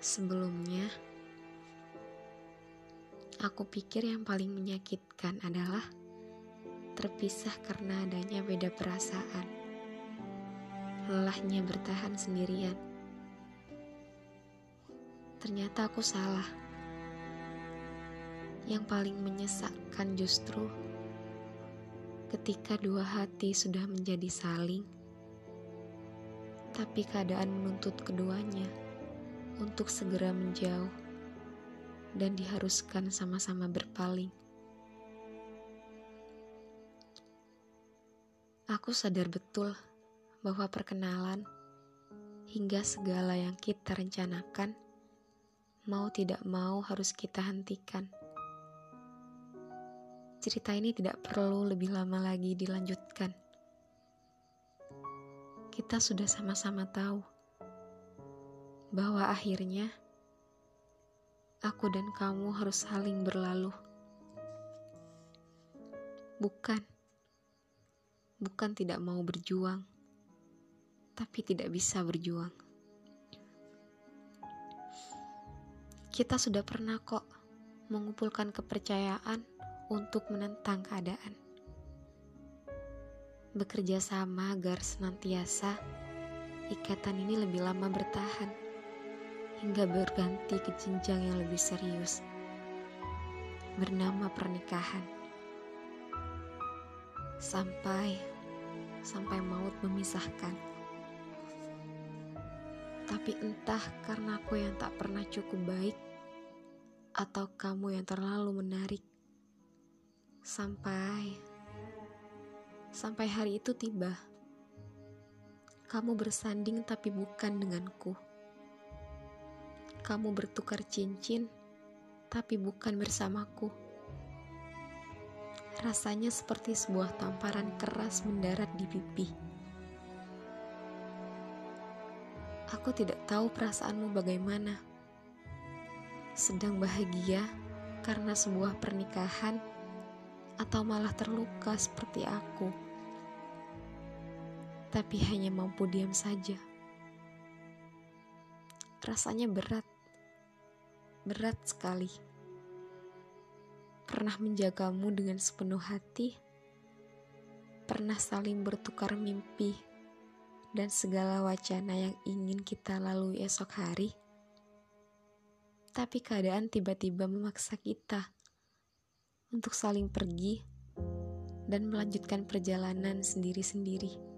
Sebelumnya, aku pikir yang paling menyakitkan adalah terpisah karena adanya beda perasaan. Lelahnya bertahan sendirian. Ternyata aku salah. Yang paling menyesakkan justru ketika dua hati sudah menjadi saling, tapi keadaan menuntut keduanya untuk segera menjauh dan diharuskan sama-sama berpaling. Aku sadar betul bahwa perkenalan hingga segala yang kita rencanakan mau tidak mau harus kita hentikan. Cerita ini tidak perlu lebih lama lagi dilanjutkan. Kita sudah sama-sama tahu bahwa akhirnya aku dan kamu harus saling berlalu. Bukan tidak mau berjuang, tapi tidak bisa berjuang. Kita sudah pernah kok mengumpulkan kepercayaan untuk menentang keadaan. Bekerja sama agar senantiasa ikatan ini lebih lama bertahan hingga berganti ke jenjang yang lebih serius bernama pernikahan. Sampai maut memisahkan. Tapi entah karena aku yang tak pernah cukup baik atau kamu yang terlalu menarik. Sampai hari itu tiba. Kamu bersanding tapi bukan denganku. Kamu bertukar cincin tapi bukan bersamaku. Rasanya seperti sebuah tamparan keras mendarat di pipi. Aku tidak tahu perasaanmu bagaimana. Sedang bahagia karena sebuah pernikahan atau malah terluka seperti aku. Tapi hanya mampu diam saja. Rasanya berat sekali. Pernah menjagamu dengan sepenuh hati, pernah saling bertukar mimpi dan segala wacana yang ingin kita lalui esok hari. Tapi keadaan tiba-tiba memaksa kita untuk saling pergi dan melanjutkan perjalanan sendiri-sendiri.